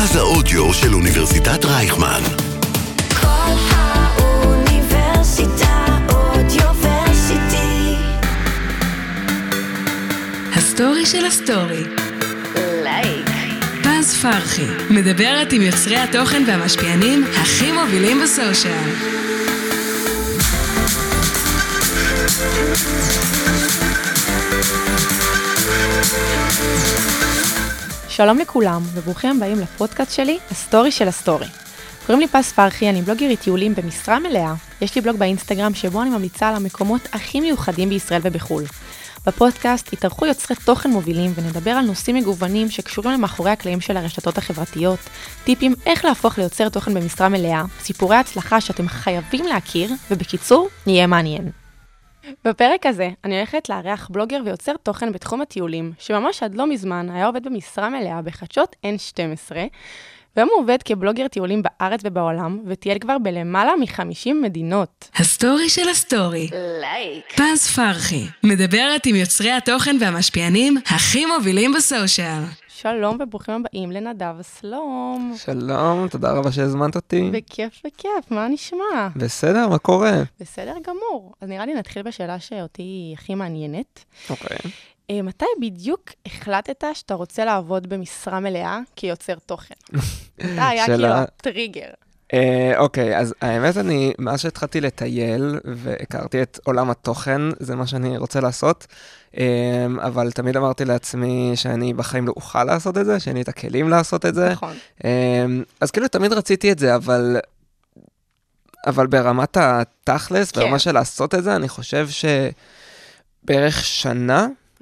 מרכז האודיו של אוניברסיטת רייכמן. כל האוניברסיטה אודיוורסיטי. הסטורי של הסטורי. לייק. פז פרחי מדברת עם יוצרי התוכן והמשפיענים הכי מובילים בסושיאל. שלום לכולם, וברוכים הבאים לפודקאסט שלי, הסטורי של הסטורי. קוראים לי פז פרחי, אני בלוגרית טיולים במשרה מלאה. יש לי בלוג באינסטגרם שבו אני ממליצה על המקומות הכי מיוחדים בישראל ובחול. בפודקאסט יתארחו יוצרי תוכן מובילים ונדבר על נושאים מגוונים שקשורים למאחורי הקלעים של הרשתות החברתיות, טיפים איך להפוך ליוצר תוכן במשרה מלאה, סיפורי הצלחה שאתם חייבים להכיר, ובקיצור, נהיה מעניין. בפרק הזה אני הולכת לארח בלוגר ויוצר תוכן בתחום הטיולים, שממש עד לא מזמן היה עובד במשרה מלאה בחדשות N12, והיום הוא עובד כבלוגר טיולים בארץ ובעולם, וטייל כבר בלמעלה מ-50 מדינות. הסטורי של הסטורי. לייק. פז פרחי מדברת עם יוצרי התוכן והמשפיענים הכי מובילים בסושיאל. שלום וברוכים הבאים לנדב סלום. שלום, תודה רבה שהזמנת אותי. בכיף, מה נשמע? בסדר, מה קורה? בסדר גמור. אז נראה לי נתחיל בשאלה שאותי הכי מעניינת. אוקיי. מתי בדיוק החלטת שאתה רוצה לעבוד במשרה מלאה כיוצר תוכן? אתה היה כאילו טריגר. אוקיי, אז האמת מאז שהתחלתי לטייל והכרתי את עולם התוכן, זה מה שאני רוצה לעשות, אבל תמיד אמרתי לעצמי שאני בחיים לא אוכל לעשות את זה, שאני את הכלים לעשות את זה. נכון. אז כאילו תמיד רציתי את זה, אבל ברמת התכלס, ברמה של לעשות את זה, אני חושב שבערך שנה,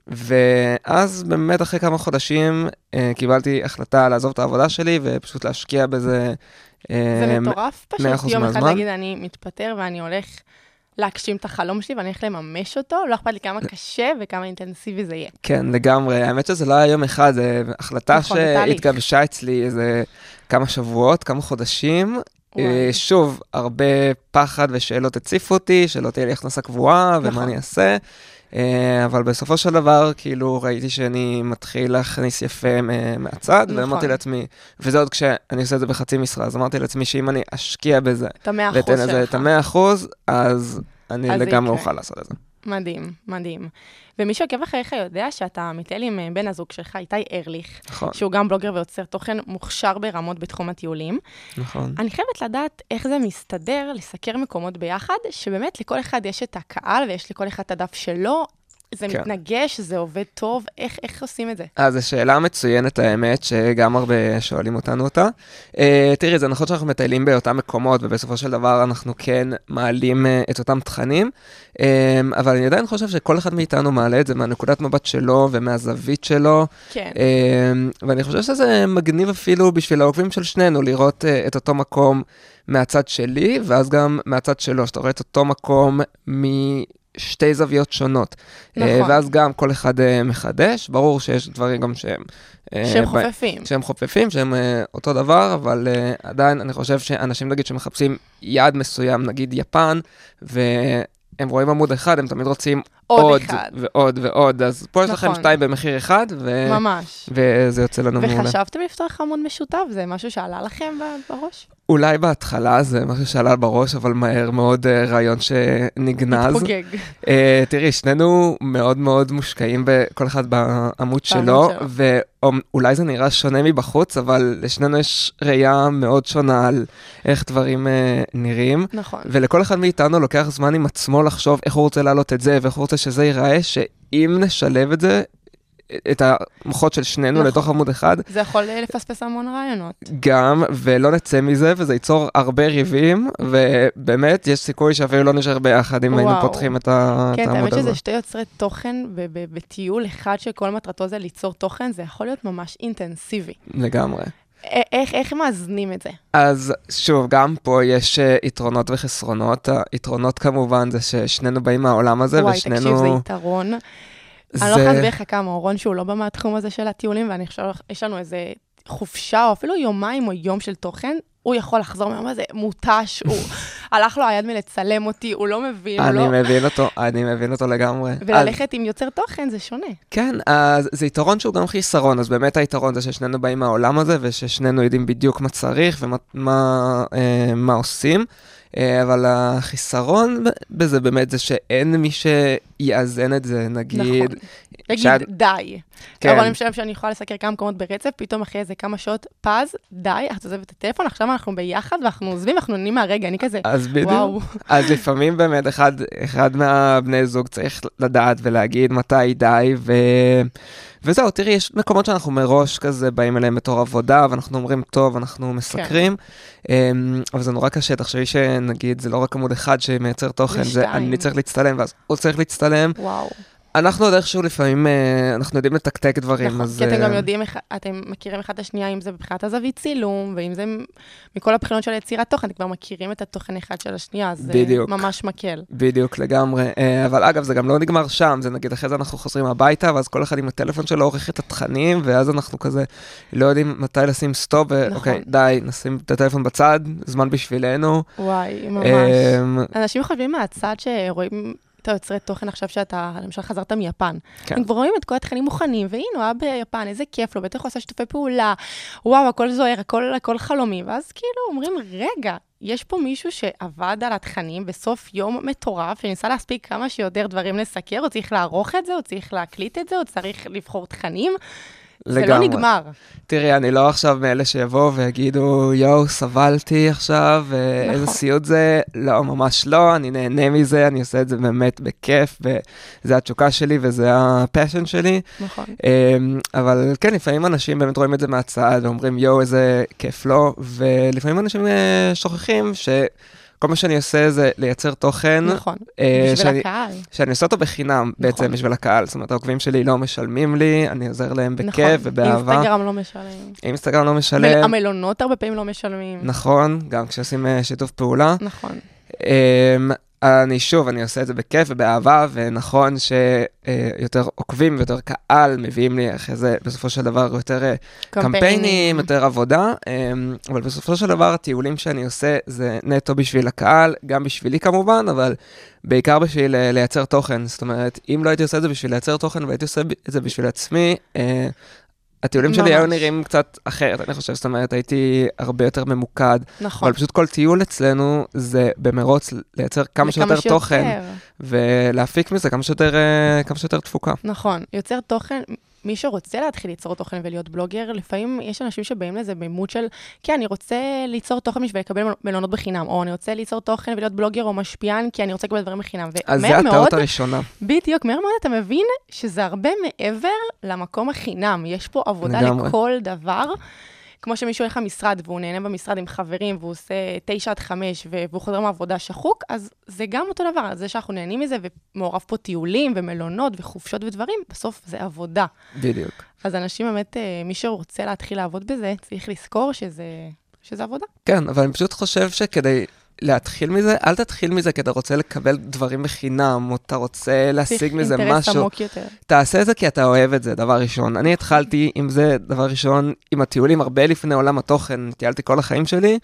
ואז באמת אחרי כמה חודשים קיבלתי החלטה לעזוב את העבודה שלי ופשוט להשקיע בזה. זה מטורף פשוט יום אחד מהזמן. להגיד אני מתפטר ואני הולך להגשים את החלום שלי ואני הולך לממש אותו, לא אכפת לי כמה קשה וכמה אינטנסיבי זה יהיה. כן, לגמרי. האמת שזה לא היה יום אחד, זה החלטה נכון, שהתגבשה אצלי איזה כמה שבועות, כמה חודשים. שוב, הרבה פחד ושאלות הציפו אותי, שלא תהיה לי הכנסה קבועה ומה אני אעשה. אבל בסופו של דבר, כאילו, ראיתי שאני מתחיל להכניס יפה מהצד, ואמרתי לעצמי, וזה עוד כשאני עושה את זה בחצי משרה, אז אמרתי לעצמי שאם אני אשקיע בזה, ואתן לזה את 100%, אז אני לגמרי אוכל לעשות את זה. מדהים, מדהים. ומי שעוקב אחריך יודע שאתה מטייל עם בן הזוג שלך, איתי ארליך, נכון. שהוא גם בלוגר ויוצר תוכן מוכשר ברמות בתחום הטיולים. נכון. אני חייבת לדעת איך זה מסתדר לסקר מקומות ביחד, שבאמת לכל אחד יש את הקהל ויש לכל אחד את הדף שלו, זה מתנגש, זה עובד טוב, איך עושים את זה? אז זו שאלה מצוינת האמת, שגם הרבה שואלים אותנו אותה. תראי, זה נכון שאנחנו מטיילים באותם מקומות, ובסופו של דבר אנחנו כן מעלים את אותם תכנים, אבל אני עדיין חושב שכל אחד מאיתנו מעלה את זה מהנקודת מבט שלו ומהזווית שלו, כן. ואני חושב שזה מגניב אפילו בשביל העוקבים של שנינו, לראות את אותו מקום מהצד שלי, ואז גם מהצד שלו, שאתה רואה את אותו מקום שתי זוויות שונות. נכון. ואז גם כל אחד מחדש, ברור שיש דברים גם שהם חופפים. שהם חופפים, שהם אותו דבר, אבל עדיין אני חושב שאנשים נגיד שמחפשים יעד מסוים, נגיד יפן, והם רואים עמוד אחד, הם תמיד רוצים עוד ועוד ועוד, אז פה יש לכם שתיים במחיר אחד, ממש. וזה יוצא לנו מעולה. וחשבתם לפתוח עמוד משותף? זה משהו שעלה לכם בראש? אולי בהתחלה זה משהו שעלה בראש, אבל מהר מאוד רעיון שנגנז. מתפוגג. תראי, שנינו מאוד מאוד מושקעים בכל אחד בעמוד שלו, ואולי זה נראה שונה מבחוץ, אבל לשנינו יש ראייה מאוד שונה על איך דברים נראים. נכון. ולכל אחד מאיתנו לוקח זמן עם עצמו לחשוב איך הוא רוצה להעלות את זה, ואיך הוא רוצה שזה ייראה, שאם נשלב את זה, את המוחות של שנינו לתוך עמוד אחד. זה יכול לפספס המון רעיונות. גם, ולא נצא מזה, וזה ייצור הרבה ריבים, ובאמת יש סיכוי שאפילו לא נשאר ביחד אם היינו פותחים את העמוד הזה. כן, האמת שזה שתי יוצרי תוכן בטיול אחד שכל מטרתו זה ליצור תוכן, זה יכול להיות ממש אינטנסיבי. לגמרי. איך מאזנים את זה? אז שוב, גם פה יש יתרונות וחסרונות. היתרונות כמובן זה ששנינו באים מהעולם הזה, ושנינו... וואי, תקשיב, זה יתרון. אני לא יכולה לך כמה, אורון שהוא לא בא מהתחום הזה של הטיולים, ואני חושב, יש לנו איזה חופשה, או אפילו יומיים או יום של תוכן, הוא יכול לחזור מהיום הזה מוטש, הוא הלך לו היד מלצלם אותי, הוא לא מבין, אני מבין אותו לגמרי. וללכת עם יוצר תוכן זה שונה. כן, אז זה יתרון שהוא גם חיסרון, אז באמת היתרון זה ששנינו באים מהעולם הזה, וששנינו יודעים בדיוק מה צריך ומה עושים. אבל החיסרון בזה באמת זה שאין מי שיאזן את זה, נגיד. נכון. נגיד, די. אבל אני חושב שאני יכולה לסקר כמה מקומות ברצף, פתאום אחרי איזה כמה שעות, פז, די, את עוזבת את הטלפון, עכשיו אנחנו ביחד, ואנחנו עוזבים, אנחנו נהנים מהרגע, אני כזה, אז בדיוק. וואו. אז לפעמים באמת אחד מהבני זוג צריך לדעת ולהגיד מתי די, וזהו, תראי, יש מקומות שאנחנו מראש כזה באים אליהם בתור עבודה, ואנחנו אומרים, טוב, אנחנו מסקרים, אבל זה נורא קשה, תחשבי שנגיד, זה לא רק עמוד אחד שמייצר תוכן, זה אני צריך להצטלם, ואז הוא צריך להצטלם. וואו. אנחנו עוד איכשהו לפעמים, אנחנו יודעים לתקתק דברים. נכון, כי אתם גם יודעים, אתם מכירים אחד את השנייה, אם זה בבחינת הזווית צילום, ואם זה מכל הבחינות של יצירת תוכן, אתם כבר מכירים את התוכן אחד של השנייה, אז זה ממש מקל. בדיוק, לגמרי. אבל אגב, זה גם לא נגמר שם, זה נגיד אחרי זה אנחנו חוזרים הביתה, ואז כל אחד עם הטלפון שלו עורך את התכנים, ואז אנחנו כזה לא יודעים מתי לשים סטופ, ואוקיי, די, נשים את הטלפון בצד, זמן בשבילנו. וואי, ממש. אנשים חושבים מהצד שרואים אתה יוצרי תוכן עכשיו שאתה, למשל, חזרת מיפן. הם כבר רואים את כל התכנים מוכנים, והנה, הוא היה ביפן, איזה כיף לו, בטח הוא עושה שיתופי פעולה, וואו, הכל זוהר, הכל חלומי, ואז כאילו אומרים, רגע, יש פה מישהו שעבד על התכנים בסוף יום מטורף, שניסה להספיק כמה שיותר דברים לסקר, הוא צריך לערוך את זה, הוא צריך להקליט את זה, הוא צריך לבחור תכנים, זה לא נגמר. תראי, אני לא עכשיו מאלה שיבואו ויגידו, יואו, סבלתי עכשיו, איזה סיוט זה. לא, ממש לא, אני נהנה מזה, אני עושה את זה באמת בכיף, וזה התשוקה שלי וזה הפשן שלי. נכון. אבל כן, לפעמים אנשים באמת רואים את זה מהצד, ואומרים, יואו, איזה כיף לו, ולפעמים אנשים שוכחים כל מה שאני עושה זה לייצר תוכן. נכון, בשביל הקהל. שאני עושה אותו בחינם, בעצם בשביל הקהל. זאת אומרת, העוקבים שלי לא משלמים לי, אני עוזר להם בכיף ובאהבה. אינסטגרם לא משלם. אינסטגרם לא משלם. המלונות הרבה פעמים לא משלמים. נכון, גם כשעושים שיתוף פעולה. נכון. אני עושה את זה בכיף ובאהבה, ונכון שיותר עוקבים ויותר קהל מביאים לי אחרי זה בסופו של דבר יותר קמפיינים, יותר עבודה, אבל בסופו של דבר הטיולים שאני עושה זה נטו בשביל הקהל, גם בשבילי כמובן, אבל בעיקר בשביל לייצר תוכן. זאת אומרת, אם לא הייתי עושה את זה בשביל לייצר תוכן והייתי עושה את זה בשביל עצמי, הטיולים שלי היו נראים קצת אחרת, אני חושב, זאת אומרת, הייתי הרבה יותר ממוקד. נכון. אבל פשוט כל טיול אצלנו זה במרוץ לייצר כמה שיותר תוכן, ולהפיק מזה כמה שיותר תפוקה. נכון. יוצר תוכן, מי שרוצה להתחיל ליצור תוכן ולהיות בלוגר, לפעמים יש אנשים שבאים לזה במות של, כן, אני רוצה ליצור תוכן בשביל לקבל מלונות בחינם, או אני רוצה ליצור תוכן ולהיות בלוגר או משפיען, כי אני רוצה לקבל דברים בחינם. אז זה הטעות הראשונה. בדיוק, מהר מאוד אתה מבין שזה הרבה מעבר למקום החינם. יש פה עבודה לכל דבר. כמו שמישהו הולך למשרד, והוא נהנה במשרד עם חברים, והוא עושה 9-5, והוא חוזר מעבודה שחוק, אז זה גם אותו דבר. זה שאנחנו נהנים מזה, ומעורב פה טיולים, ומלונות, וחופשות ודברים, בסוף זה עבודה. בדיוק. אז אנשים באמת, מי שרוצה להתחיל לעבוד בזה, צריך לזכור שזה עבודה. כן, אבל אני פשוט חושב שכדי להתחיל מזה, אל תתחיל מזה כי אתה רוצה לקבל דברים בחינם, או אתה רוצה להשיג מזה משהו. אינטרס עמוק יותר. תעשה את זה כי אתה אוהב את זה, דבר ראשון. אני התחלתי עם זה, דבר ראשון, עם הטיולים הרבה לפני עולם התוכן, טיילתי כל החיים שלי,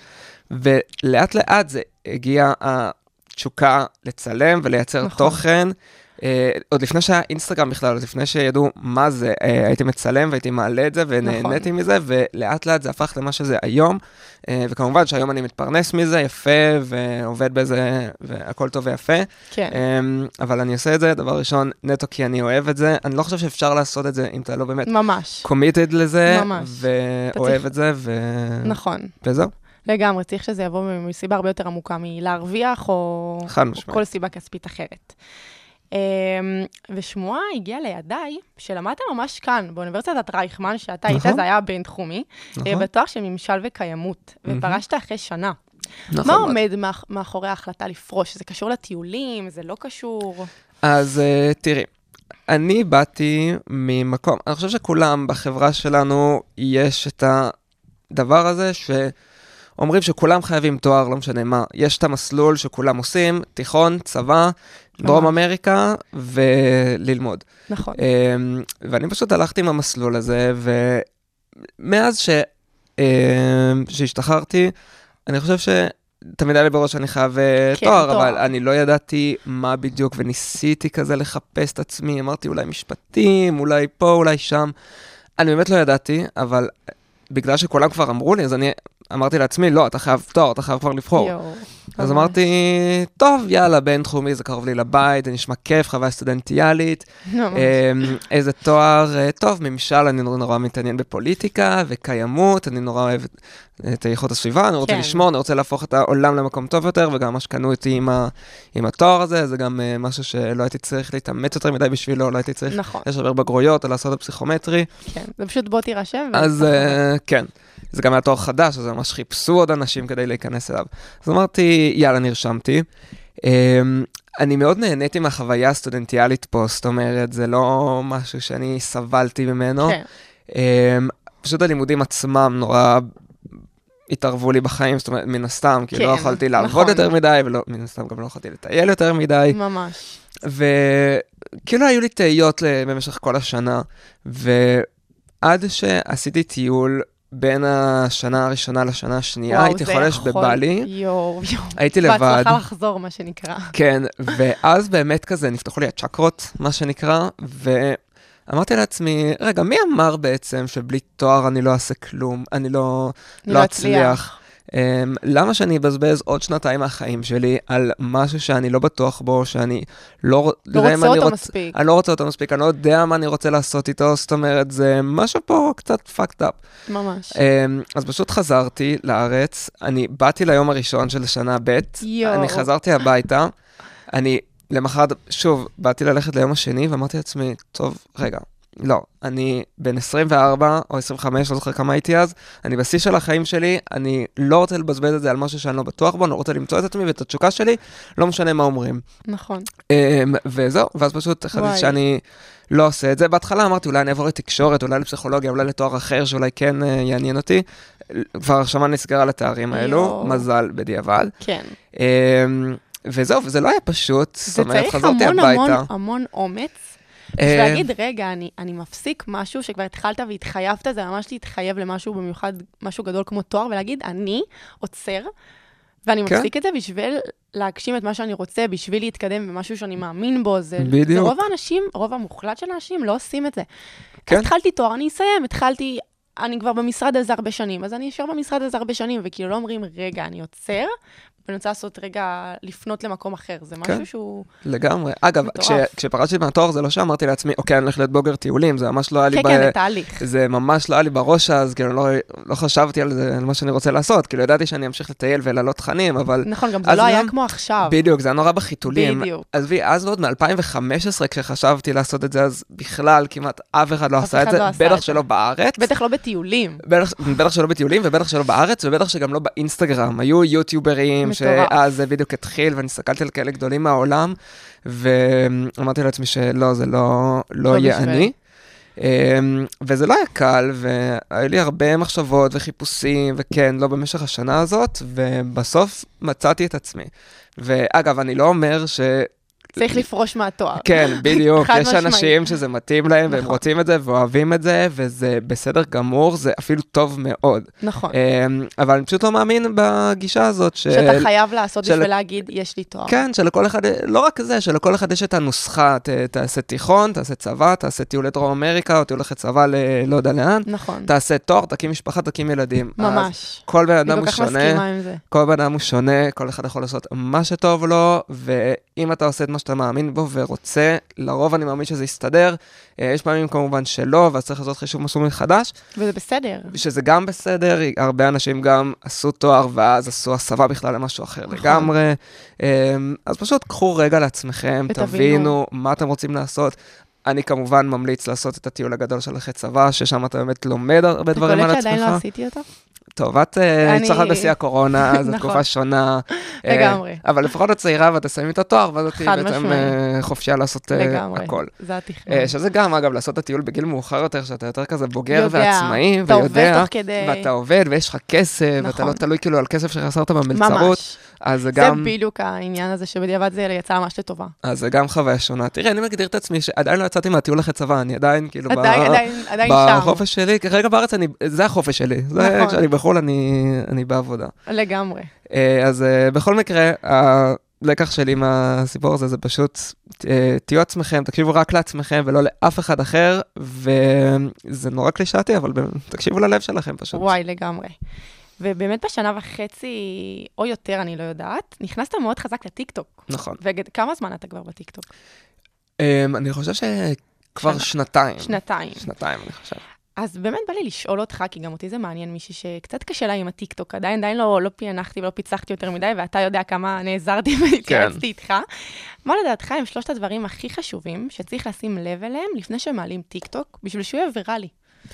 ולאט לאט זה הגיע התשוקה לצלם ולייצר תוכן, עוד לפני שהאינסטגרם בכלל, עוד לפני שידעו מה זה, הייתי מצלם והייתי מעלה את זה ונהניתי מזה, ולאט לאט זה הפך למה שזה היום, וכמובן שהיום אני מתפרנס מזה יפה ועובד בזה והכל טוב ויפה, אבל אני עושה את זה, דבר ראשון, נטו כי אני אוהב את זה, אני לא חושב שאפשר לעשות את זה אם אתה לא באמת committed לזה, ואוהב את זה, וזהו. לגמרי, צריך שזה יבוא מסיבה הרבה יותר עמוקה מלהרוויח או כל סיבה כספית אחרת. ושמועה הגיעה לידיי, שלמדת ממש כאן, באוניברסיטת רייכמן, שאתה היית, זה היה בינתחומי, בתואר של ממשל וקיימות, ופרשת אחרי שנה. מה עומד מאחורי ההחלטה לפרוש? זה קשור לטיולים? זה לא קשור? אז תראי, אני באתי ממקום, אני חושב שכולם בחברה שלנו יש את הדבר הזה אומרים שכולם חייבים תואר, לא משנה מה. יש את המסלול שכולם עושים, תיכון, צבא, דרום אמריקה, וללמוד. נכון. ואני פשוט הלכתי עם המסלול הזה, ומאז שהשתחררתי, אני חושב שתמיד היה לי בראש שאני חייב תואר, אבל אני לא ידעתי מה בדיוק, וניסיתי כזה לחפש את עצמי, אמרתי אולי משפטים, אולי פה, אולי שם. אני באמת לא ידעתי, אבל בגלל שכולם כבר אמרו לי, אז אני אמרתי לעצמי, לא, אתה חייב תואר, אתה חייב כבר לבחור. אז אמרתי, טוב, יאללה, בינתחומי, זה קרוב לי לבית, זה נשמע כיף, חוויה סטודנטיאלית, איזה תואר, טוב, ממשל, אני נורא מתעניין בפוליטיקה וקיימות, אני נורא אוהב את איכות הסביבה, אני רוצה לשמור, אני רוצה להפוך את העולם למקום טוב יותר, וגם מה שקנו אותי עם התואר הזה, זה גם משהו שלא הייתי צריך להתאמץ יותר מדי בשבילו, לא הייתי צריך לשבר בגרויות או לעשות את הפסיכומטרי. כן, זה פשוט בוא תירשם. אז כן. זה גם היה תואר חדש, אז ממש חיפשו עוד אנשים כדי להיכנס אליו. אז אמרתי, יאללה, נרשמתי. אני מאוד נהניתי מהחוויה הסטודנטיאלית פה, זאת אומרת, זה לא משהו שאני סבלתי ממנו. פשוט הלימודים עצמם נורא התערבו לי בחיים, זאת אומרת, מן הסתם, כי לא יכולתי לעבוד יותר מדי, ומן הסתם גם לא יכולתי לטייל יותר מדי. ממש. וכאילו היו לי תהיות במשך כל השנה, ועד שעשיתי טיול, בין השנה הראשונה לשנה השנייה, הייתי חולש בבלי, הייתי לבד. בהצלחה לחזור, מה שנקרא. כן, ואז באמת כזה נפתחו לי הצ'קרות, מה שנקרא, ואמרתי לעצמי, רגע, מי אמר בעצם שבלי תואר אני לא אעשה כלום, אני לא אצליח? למה שאני אבזבז עוד שנתיים מהחיים שלי על משהו שאני לא בטוח בו, שאני לא רוצה אותו מספיק. אני לא רוצה אותו מספיק, אני לא יודע מה אני רוצה לעשות איתו, זאת אומרת, זה משהו פה קצת fucked up. ממש. אז פשוט חזרתי לארץ, אני באתי ליום הראשון של שנה ב', אני חזרתי הביתה, אני למחרת, שוב, באתי ללכת ליום השני, ואמרתי לעצמי, טוב, רגע, לא, אני בין 24 או 25, לא זוכר כמה הייתי אז, אני בשיא של החיים שלי, אני לא רוצה לבזבז את זה על משהו שאני לא בטוח בו, אני רוצה למצוא את עצמי ואת התשוקה שלי, לא משנה מה אומרים. נכון. וזהו, ואז פשוט החלטתי שאני לא עושה את זה. בהתחלה אמרתי, אולי אני אעבור לתקשורת, אולי לפסיכולוגיה, אולי לתואר אחר, שאולי כן יעניין אותי. כבר הרשמה נסגרה לתארים האלו, מזל בדיעבד. כן. וזהו, וזה לא היה פשוט. זה צריך המון המון אומץ. ולהגיד, רגע, אני מפסיק משהו שכבר התחלת והתחייבת, זה ממש להתחייב למשהו במיוחד, משהו גדול כמו תואר, ולהגיד, אני עוצר, ואני מפסיק את זה בשביל להגשים את מה שאני רוצה, בשביל להתקדם במשהו שאני מאמין בו. זה רוב האנשים, רוב המוחלט של האנשים לא עושים את זה. אז התחלתי תואר, אני אסיים, אני כבר במשרד הזה הרבה שנים, אז אני אשאר במשרד הזה הרבה שנים, וכאילו לא אומרים, רגע, אני עוצר, ואני רוצה לעשות רגע, לפנות למקום אחר. זה משהו שהוא לגמרי. אגב, כשפרשתי מהתואר, זה לא שאמרתי לעצמי, אוקיי, אני הולך להיות בוגר טיולים, זה ממש לא היה לי כן, תהליך. זה ממש לא היה לי בראש אז, כאילו לא חשבתי על זה, על מה שאני רוצה לעשות, כאילו ידעתי שאני אמשיך לטייל ולעלות תכנים, אבל נכון, גם זה לא היה כמו עכשיו. בדיוק, זה היה נורא בחיתולים. בדיוק. אז עוד מ-2015, כשחשבתי לעשות את זה, אז בכלל כמעט אף אחד לא עשה את זה, בטח שלא בארץ. בטח לא בטיולים. בטח שלא בטיולים, ובטח שלא בארץ, ובטח שגם לא באינסטגרם. היו יוטיוברים שאז זה בדיוק התחיל, ואני הסתכלתי על כאלה גדולים מהעולם, ואמרתי לעצמי שלא, זה לא יהיה אני. וזה לא היה קל, והיו לי הרבה מחשבות וחיפושים, וכן, לא במשך השנה הזאת, ובסוף מצאתי את עצמי. ואגב, אני לא אומר צריך לפרוש מהתואר. כן, בדיוק. יש אנשים שזה מתאים להם, והם רוצים את זה, ואוהבים את זה, וזה בסדר גמור, זה אפילו טוב מאוד. נכון. אבל אני פשוט לא מאמין בגישה הזאת. שאתה חייב לעשות בשביל להגיד, יש לי תואר. כן, שלכל אחד, לא רק זה, שלכל אחד יש את הנוסחה, תעשה תיכון, תעשה צבא, תעשה טיול לדרום אמריקה, או טיול לחצבא לא יודע לאן. נכון. תעשה תואר, תקים משפחה, תקים ילדים. ממש. כל בן אדם הוא שונה. כל בן אדם הוא שונה, כל אחד יכול לעשות מה שטוב לו, ואם אתה עושה את מה שאתה מאמין בו ורוצה, לרוב אני מאמין שזה יסתדר. יש פעמים כמובן שלא, ואז צריך לעשות חישוב מסלול מחדש. וזה בסדר. שזה גם בסדר, הרבה אנשים גם עשו תואר, ואז עשו הסבה בכלל למשהו אחר לגמרי. אז פשוט קחו רגע לעצמכם, תבינו מה אתם רוצים לעשות. אני כמובן ממליץ לעשות את הטיול הגדול של אחרי צבא, ששם אתה באמת לומד הרבה דברים על עצמך. אתה קולט שעדיין לא עשיתי אותו? טוב, את צריכה בשיא הקורונה, זו תקופה שונה. לגמרי. אבל לפחות את צעירה ואת תסיימי את התואר, ואז את בעצם חופשייה לעשות הכל. זה התכנון. שזה גם, אגב, לעשות את הטיול בגיל מאוחר יותר, שאתה יותר כזה בוגר ועצמאי, ויודע, ואתה עובד, ויש לך כסף, ואתה לא תלוי כאילו על כסף שחסרת במלצרות. זה בדיוק העניין הזה, שבדיעבד זה יצא ממש לטובה. אז זה גם חוויה שונה. תראה, אני מגדיר את עצמי שעדיין לא יצאתי מהטיול אחרי צבא, אני עדיין כאילו עדיין שם. בחופש שלי, כרגע בארץ זה החופש שלי, זה כשאני בחול, אני בעבודה. לגמרי. אז בכל מקרה, הלקח שלי מהסיפור הזה, זה פשוט, תהיו עצמכם, תקשיבו רק לעצמכם, ולא לאף אחד אחר, וזה נורא קלישאתי, אבל תקשיבו ללב שלכם פשוט. וואי, לגמרי. ובאמת בשנה וחצי, או יותר, אני לא יודעת, נכנסת מאוד חזק לטיקטוק. נכון. וכמה זמן אתה כבר בטיקטוק? אני חושב שכבר שנתיים. שנתיים, אני חושב. אז באמת בא לי לשאול אותך, כי גם אותי זה מעניין מישהי שקצת קשה לה עם הטיקטוק, עדיין לא פענחתי ולא פיצחתי יותר מדי, ואתה יודע כמה נעזרתי והתייעצתי איתך. מה לדעתך הם 3 הדברים הכי חשובים שצריך לשים לב אליהם לפני שמעלים טיקטוק, בשביל שהוא יהיה ויראלי?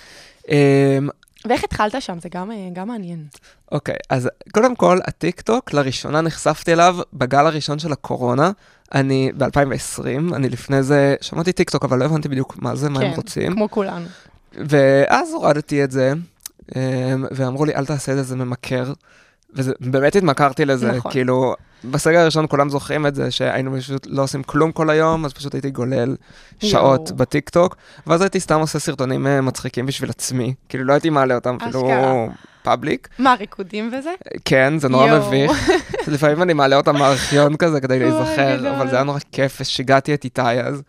ואיך התחלת שם? זה גם מעניין. אוקיי, אז קודם כל, הטיקטוק, לראשונה נחשפתי אליו בגל הראשון של הקורונה, אני ב-2020, אני לפני זה שמעתי טיקטוק, אבל לא הבנתי בדיוק מה זה, מה הם רוצים. כן, כמו כולנו. ואז הורדתי את זה, ואמרו לי, אל תעשה את זה, זה ממכר. ובאמת התמכרתי לזה, נכון. כאילו, בסגר הראשון כולם זוכרים את זה, שהיינו פשוט לא עושים כלום כל היום, אז פשוט הייתי גולל שעות בטיקטוק, ואז הייתי סתם עושה סרטונים מצחיקים בשביל עצמי, כאילו לא הייתי מעלה אותם, כאילו פאבליק. מה, ריקודים וזה? כן, זה נורא מביך. לפעמים אני מעלה אותם מארכיון כזה כדי להיזכר, אבל זה היה נורא כיף, ושיגעתי את איתי אז.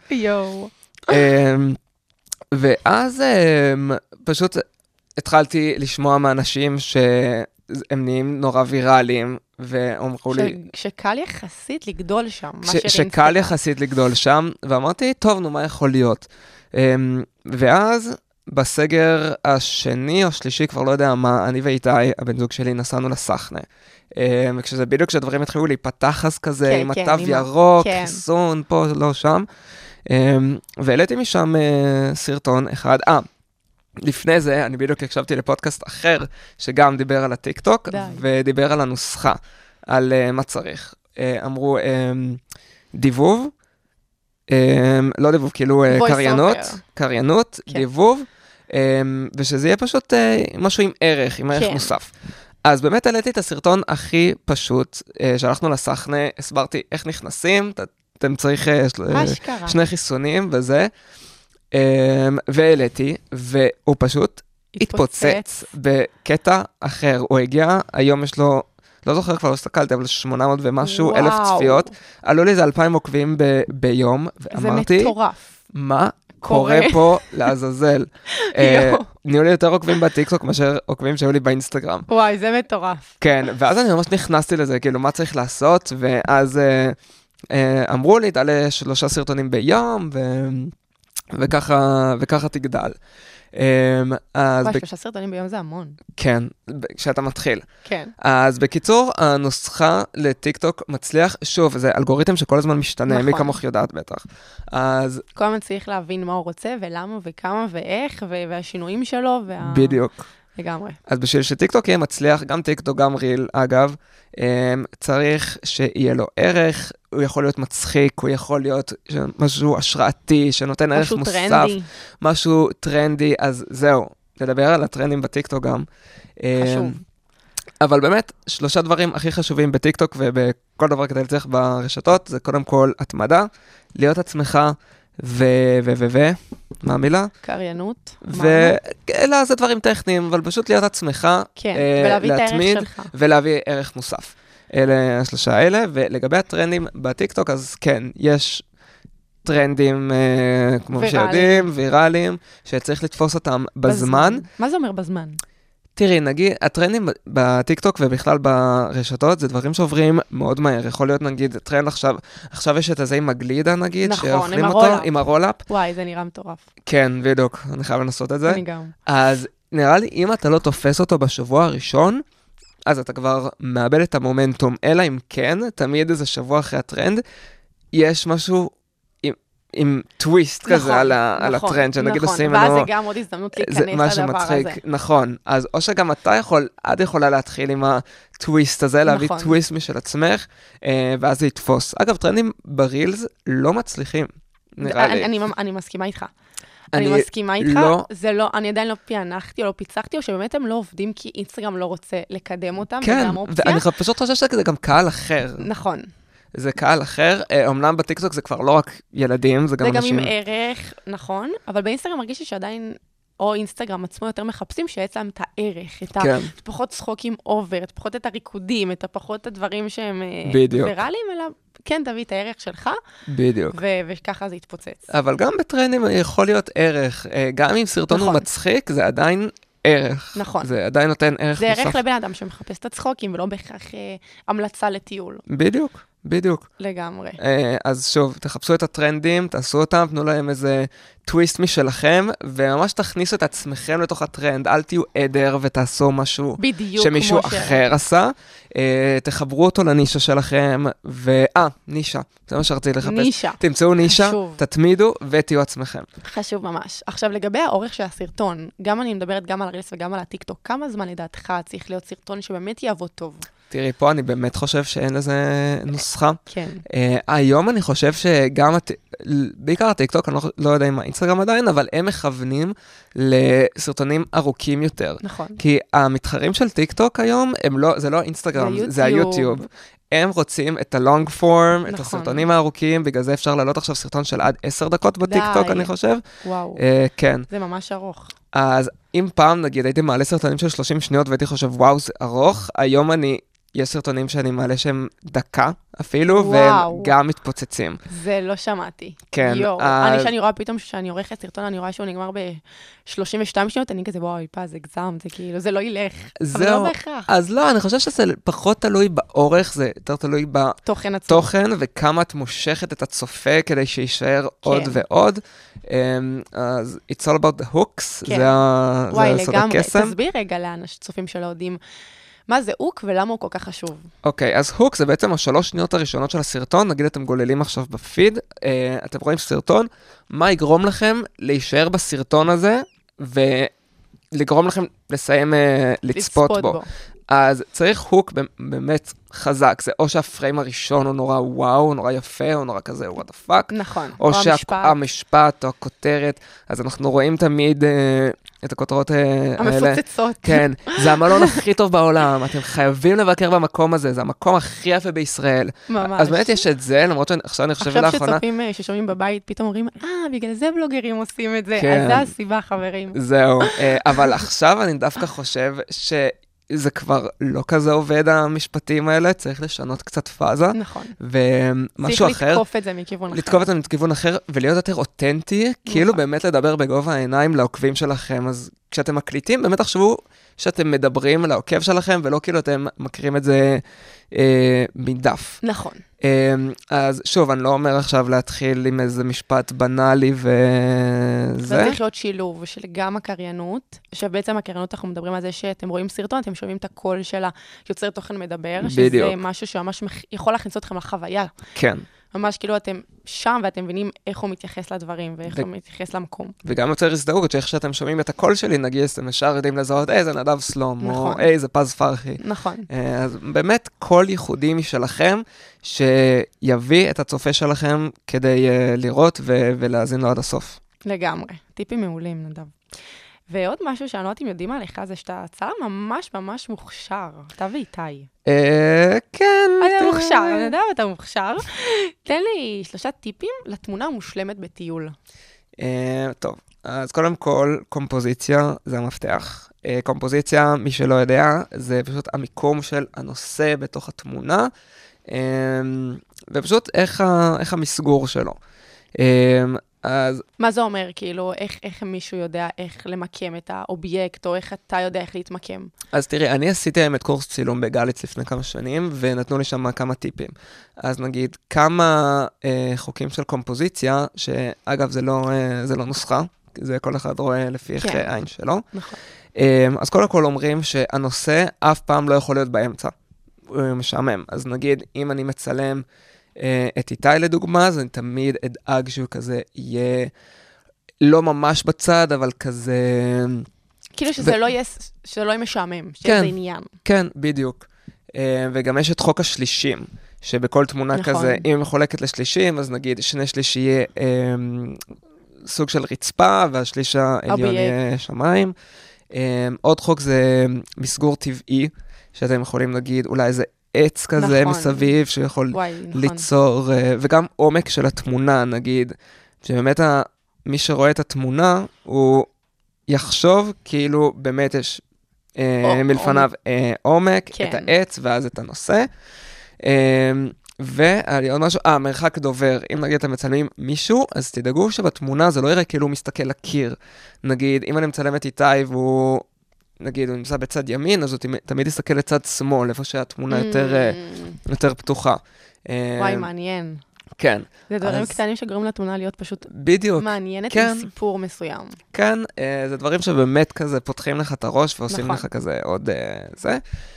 ואז פשוט התחלתי לשמוע מאנשים שהם נהיים נורא ויראליים, ואומרו לי... שקל יחסית לגדול שם. שקל יחסית לגדול שם, ואמרתי, טוב, נו, מה יכול להיות? ואז בסגר השני או שלישי, כבר לא יודע מה, אני ואיתי, הבן זוג שלי, נסענו לסחנה. וכשזה בדיוק כשהדברים התחילו להיפתח אז כזה, עם התו ירוק, חיסון, פה, לא שם. והעליתי משם סרטון אחד. לפני זה, אני בדיוק הקשבתי לפודקאסט אחר, שגם דיבר על הטיקטוק, ודיבר על הנוסחה, על מה צריך. אמרו, דיבוב, לא דיבוב, כאילו קריינות, דיבוב, ושזה יהיה פשוט משהו עם ערך, עם ערך מוסף. אז באמת העליתי את הסרטון הכי פשוט, שהלכנו לסחנה, הסברתי איך נכנסים, אתם צריך 2 חיסונים וזה, והעליתי, והוא פשוט התפוצץ בקטע אחר. הוא הגיע, היום יש לו, לא זוכר כבר, לא הסתכלתי, אבל 800 ומשהו, 1,000 צפיות. עלו לי זה 2,000 עוקבים ביום, ואמרתי, זה מטורף. מה קורה פה לעזאזל? נהיו לי יותר עוקבים בטיקטוק מאשר עוקבים שהיו לי באינסטגרם. וואי, זה מטורף. כן, ואז אני ממש נכנסתי לזה, כאילו, מה צריך לעשות, ואז אמרו לי, תעלה 3 סרטונים ביום, וככה תגדל. וואי, 3 סרטונים ביום זה המון. כן, כשאתה מתחיל. כן. אז בקיצור, הנוסחה לטיקטוק מצליח, שוב, זה אלגוריתם שכל הזמן משתנה, מי כמוך יודעת בטח. אז... כל הזמן צריך להבין מה הוא רוצה, ולמה, וכמה, ואיך, והשינויים שלו, בדיוק. לגמרי. אז בשביל שטיקטוק יהיה מצליח, גם טיקטוק, גם ריל, אגב, צריך שיהיה לו ערך, הוא יכול להיות מצחיק, הוא יכול להיות משהו השראתי, שנותן ערך מוסף. משהו טרנדי. משהו טרנדי, אז זהו, נדבר על הטרנדים בטיקטוק גם. חשוב. אבל באמת, 3 דברים הכי חשובים בטיקטוק ובכל דבר כדי לצליח ברשתות, זה קודם כל התמדה, להיות עצמך, מה המילה? קריינות. לא, זה דברים טכניים, אבל פשוט להיות עצמך, כן, ולהביא את הערך שלך. ולהביא ערך מוסף. אלה 3 האלה, ולגבי הטרנדים בטיקטוק, אז כן, יש טרנדים, כמו שיודעים, ויראליים, שצריך לתפוס אותם בזמן. מה זה אומר בזמן? תראי, נגיד, הטרנדים בטיקטוק ובכלל ברשתות, זה דברים שעוברים מאוד מהר. יכול להיות, נגיד, טרנד עכשיו יש את הזה עם הגלידה, נגיד, נכון, עם הרולאפ. וואי, זה נראה מטורף. כן, בדיוק, אני חייב לנסות את זה. אני גם. אז נראה לי, אם אתה לא תופס אותו בשבוע הראשון, אז אתה כבר מאבד את המומנטום, אלא אם כן, תמיד איזה שבוע אחרי הטרנד, יש משהו עם טוויסט כזה על הטרנד, שנגיד עושים ואז זה גם עוד הזדמנות להיכנס לדבר הזה. נכון, אז או שגם את יכולה להתחיל עם הטוויסט הזה, להביא טוויסט משל עצמך, ואז זה יתפוס. אגב, טרנדים ברילס לא מצליחים, נראה לי. אני מסכימה איתך. אני מסכימה איתך, זה לא, אני עדיין לא פענחתי או לא פיצחתי, או שבאמת הם לא עובדים כי אינסטגרם לא רוצה לקדם אותם. כן, ואני פשוט חושב שזה גם קהל אחר. נכון. זה קהל אחר, אומנם בטיקטוק זה כבר לא רק ילדים, זה גם אנשים... זה גם עם ערך, נכון, אבל באינסטגרם מרגיש לי שעדיין או אינסטגרם עצמו יותר מחפשים שיש להם את הערך, את כן. פחות צחוקים אובר, את פחות את הריקודים, את פחות הדברים שהם בדיוק. ויראליים, אלא כן תביא את הערך שלך, בדיוק. וככה זה יתפוצץ. אבל גם בטרנדים יכול להיות ערך. גם אם סרטון הוא מצחיק, זה עדיין ערך. נכון. זה עדיין נותן ערך זה נוסף. ערך לבן אדם שמחפש את הצחוקים, ולא בהכרח המלצה לטיול. בדיוק, בדיוק. לגמרי. אז שוב, תחפשו את הטרנדים, תעשו אותם, תנו להם איזה טוויסט משלכם, וממש תכניסו את עצמכם לתוך הטרנד, אל תהיו עדר ותעשו משהו שמישהו אחר עשה, תחברו אותו לנישה שלכם, נישה, זה מה שרציתי לחפש. נישה. תמצאו נישה, חשוב. תתמידו ותהיו עצמכם. חשוב ממש. עכשיו, לגבי האורך של הסרטון, גם אני מדברת גם על הרילס וגם על הטיקטוק, כמה זמן לדעתך צריך להיות סרטון שבאמת יעבוד טוב? תראי, פה אני באמת חושב שאין לזה נוסחה. כן. היום אני חושב שגם, בעיקר הטיקטוק, אני לא יודע אם האינסטגרם עדיין, אבל הם מכוונים לסרטונים ארוכים יותר. נכון. כי המתחרים של טיקטוק היום, זה לא אינסטגרם, זה היוטיוב. הם רוצים את הלונג פורם, את הסרטונים הארוכים, בגלל זה אפשר לעלות עכשיו סרטון של עד 10 דקות בטיקטוק, אני חושב. וואו. כן. זה ממש ארוך. אז אם פעם, נגיד, הייתי מעלה סרטונים של 30 שניות, והייתי חושב, וואו, זה ארוך, היום יש סרטונים שאני מעלה שהם דקה אפילו, והם גם מתפוצצים. זה לא שמעתי. כן. אני שאני רואה פתאום שאני עורכת סרטון, אני רואה שהוא נגמר ב-32 שניות, אני כזה, וואי, זה גזם, זה כאילו, זה לא ילך. אבל לא בהכרח. אז לא, אני חושב שזה פחות תלוי באורך, זה יותר תלוי בתוכן, וכמה את מושכת את הצופה כדי שישאר עוד ועוד. אז it's all about the hooks, זה סוד הקסם. תסביר רגע צופים שלא יודעים, מה זה הוק ולמה הוא כל כך חשוב? אוקיי, אז הוק זה בעצם 3 שניות הראשונות של הסרטון, נגיד אתם גוללים עכשיו בפיד, אתם רואים סרטון, מה יגרום לכם להישאר בסרטון הזה, ולגרום לכם לסיים לצפות בו. אז צריך הוק באמת חזק, זה או שהפריים הראשון הוא נורא וואו, הוא נורא יפה, הוא נורא כזה, what the fuck. נכון. או שהמשפט או הכותרת, אז אנחנו רואים תמיד את הכותרות האלה. המפוצצות. כן, זה המלון הכי טוב בעולם, אתם חייבים לבקר במקום הזה, זה המקום הכי יפה בישראל. ממש. אז באמת יש את זה, למרות שעכשיו אני חושב לאחרונה. עכשיו שצופים ששומעים בבית, פתאום אומרים, בגלל זה בלוגרים עושים את זה, אז זה הסיבה, חברים. זהו, אבל עכשיו אני דווקא חושב זה כבר לא כזה עובד המשפטים האלה, צריך לשנות קצת פאזה. נכון. ומשהו אחר. צריך לתקוף את זה מכיוון אחר. לתקוף את זה מכיוון אחר, ולהיות יותר אותנטי, כאילו באמת לדבר בגובה העיניים לעוקבים שלכם. אז כשאתם מקליטים, באמת תחשבו שאתם מדברים לעוקב שלכם, ולא כאילו אתם מכירים את זה מדף. נכון. אז שוב, אני לא אומר עכשיו להתחיל עם איזה משפט בנאלי וזה. זה צריך להיות שילוב של גם הקריינות, שבעצם הקריינות אנחנו מדברים על זה שאתם רואים סרטון, אתם שומעים את הקול של היוצר תוכן מדבר, שזה משהו שממש יכול להכניס אתכם לחוויה. כן. ממש כאילו אתם שם ואתם מבינים איך הוא מתייחס לדברים ואיך הוא מתייחס למקום. וגם יותר הזדהות, שאיך שאתם שומעים את הקול שלי, נגיד, אתם ישר יודעים לזהות, זה נדב סלום, או זה פז פרחי. נכון. אז באמת קול ייחודי משלכם, שיביא את הצופה שלכם כדי לראות ולהאזין לו עד הסוף. לגמרי. טיפים מעולים, נדב. ועוד משהו שאני לא יודעת אם יודעים עליך, זה שאתה צלם ממש ממש מוכשר. אתה ואיתי. כן. אתה מוכשר, אני יודע, אתה מוכשר. תן לי 3 טיפים לתמונה המושלמת בטיול. טוב, אז קודם כל, קומפוזיציה זה המפתח. קומפוזיציה, מי שלא יודע, זה פשוט המיקום של הנושא בתוך התמונה, ופשוט איך המסגור שלו. אז מה זה אומר, כאילו, איך מישהו יודע איך למקם את האובייקט, או איך אתה יודע איך להתמקם? אז תראי, אני עשיתי את קורס צילום בגליץ לפני כמה שנים, ונתנו לי שם כמה טיפים. אז נגיד, כמה חוקים של קומפוזיציה, שאגב, זה לא נוסחה, זה כל אחד רואה לפי איך העין שלו. נכון. אז קודם כל אומרים שהנושא אף פעם לא יכול להיות באמצע. הוא משעמם. אז נגיד, אם אני מצלם את איתי לדוגמה, אז אני תמיד אדאג שהוא כזה יהיה לא ממש בצד, אבל כזה... כאילו שזה לא יהיה משעמם, שזה עניין. כן, בדיוק. וגם יש את חוק השלישים, שבכל תמונה כזה, אם היא מחולקת לשלישים, אז נגיד 2 שליש יהיה סוג של רצפה, והשליש העליון יהיה שמיים. עוד חוק זה מסגור טבעי, שאתם יכולים להגיד אולי איזה עץ כזה מסביב, שיכול ליצור, וגם עומק של התמונה, נגיד, שבאמת מי שרואה את התמונה, הוא יחשוב כאילו באמת יש מלפניו עומק, כן. את העץ ואז את הנושא. ועוד משהו, מרחק דובר, אם נגיד אתם מצלמים מישהו, אז תדאגו שבתמונה זה לא יראה כאילו הוא מסתכל לקיר. נגיד, אם אני מצלם את איתי והוא, נגיד, הוא נמצא בצד ימין, אז הוא תמיד יסתכל לצד שמאל, איפה שהתמונה יותר פתוחה. וואי, מעניין. כן. זה דברים קטנים שגורמים לתמונה להיות פשוט בדיוק. מעניינת כן. עם סיפור מסוים. כן, זה דברים שבאמת כזה פותחים לך את הראש ועושים נכון. לך כזה עוד זה.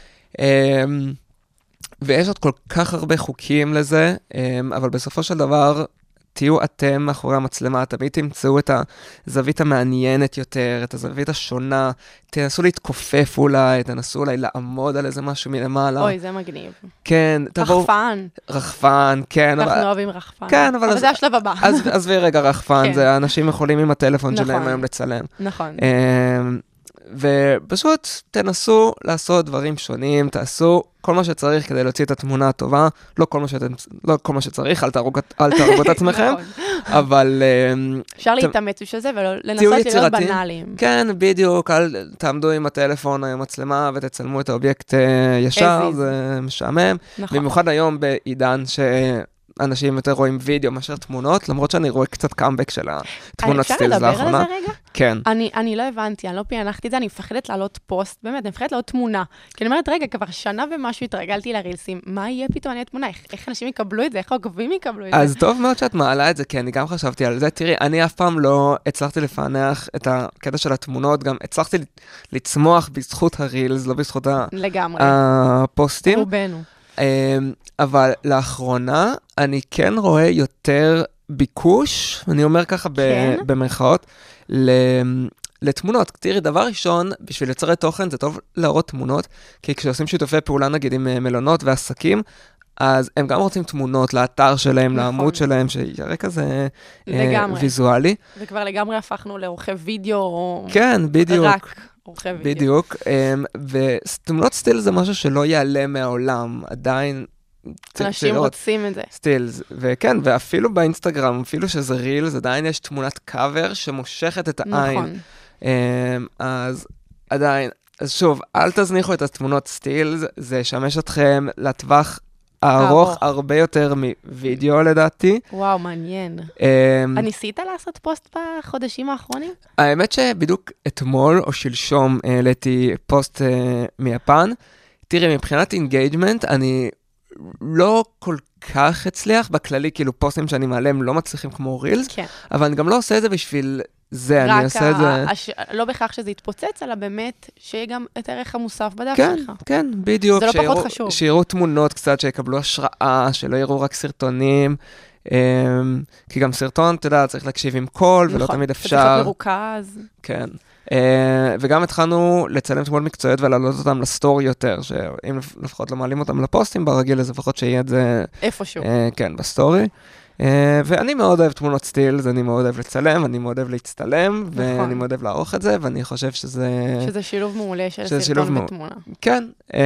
ויש עוד כל כך הרבה חוקים לזה, אבל בסופו של דבר, תהיו אתם מאחורי המצלמה, תמיד תמצאו את הזווית המעניינת יותר, את הזווית השונה, תנסו להתכופף אולי, תנסו אולי לעמוד על איזה משהו מלמעלה. אוי, זה מגניב. כן, תבואו... רחפן. רחפן, כן. אנחנו אוהבים רחפן. כן, אבל זה השלב הבא. אז ורגע רחפן, כן. זה אנשים יכולים עם הטלפון נכון. שלהם היום לצלם. נכון. ופשוט תנסו לעשות דברים שונים, תעשו כל מה שצריך כדי להוציא את התמונה הטובה, לא כל מה שצריך, אל תהרגו את עצמכם, אבל... אפשר להתאמץ בשביל זה ולנסות להיות בנאליים. כן, בדיוק, אל תעמדו עם הטלפון, עם המצלמה ותצלמו את האובייקט ישר, זה משעמם. במיוחד היום בעידן אנשים יותר רואים וידאו מאשר תמונות, למרות שאני רואה קצת קאמבק של התמונות סטילס לאחרונה. אפשר לדבר על זה רגע? כן. אני לא הבנתי, אני לא פענחתי את זה, אני מפחדת לעלות פוסט, באמת, אני מפחדת לעלות תמונה. כי אני אומרת, רגע, כבר שנה ומשהו התרגלתי לרילסים, מה יהיה פתאום אני תמונה? איך אנשים יקבלו את זה? איך העוקבים יקבלו את זה? אז טוב מאוד שאת מעלה את זה, כי אני גם חשבתי על זה. תראי, אני אף פעם לא הצלחתי לפענח את הקטע של התמונות, גם הצלחתי לצמוח בזכות הרילס, לא בזכות הפוסטים. רובנו. אבל לאחרונה אני כן רואה יותר ביקוש, אני אומר ככה במרכאות, לתמונות. תראי, דבר ראשון, בשביל יוצרי תוכן זה טוב להראות תמונות, כי כשעושים שיתופי פעולה נגיד עם מלונות ועסקים, אז הם גם רוצים תמונות לאתר שלהם, לעמוד שלהם, שיראה כזה ויזואלי. וכבר לגמרי הפכנו לעורכי וידאו, כן, בדיוק. רק עורכי וידאו. בדיוק, ותמונות סטיל זה משהו שלא יעלה מהעולם, עדיין... אנשים רוצים את זה. סטילס, וכן, ואפילו באינסטגרם, אפילו שזה רילס, עדיין יש תמונת קאבר שמושכת את העין. נכון. אז עדיין, אז שוב, אל תזניחו את התמונות סטילס, זה ישמש אתכם לטווח ארוך הרבה יותר מווידאו לדעתי. וואו, מעניין. ניסית לעשות פוסט בחודשים האחרונים? האמת שבדיוק אתמול או שלשום העליתי פוסט מיפן. תראי, מבחינת אינגייג'מנט, אני לא כל כך הצליח, בכללי כאילו פוסטים שאני מעלה הם לא מצליחים כמו רילס, כן. אבל אני גם לא עושה את זה בשביל זה, אני עושה את זה... לא בכך שזה יתפוצץ, אלא באמת שיהיה גם את הערך המוסף בדף כן, שלך. כן, בדיוק. זה לא פחות חשוב. שיראו תמונות קצת, שיקבלו השראה, שלא יראו רק סרטונים, כי גם סרטון, אתה יודע, צריך להקשיב עם קול, ולא תמיד אפשר. צריך להיות מרוכז. כן. וגם התחלנו לצלם תמונות מקצועיות ולהעלות אותם לסטורי יותר, שאם לפחות לא מעלים אותם לפוסטים ברגיל, אז לפחות שיהיה את זה... איפשהו. כן, בסטורי. ואני מאוד אוהב תמונות סטילס, אני מאוד אוהב לצלם, אני מאוד אוהב להצטלם, ואני מאוד אוהב לערוך את זה, ואני חושב שזה... שזה שילוב מעולה של סרטון ותמונה. כן,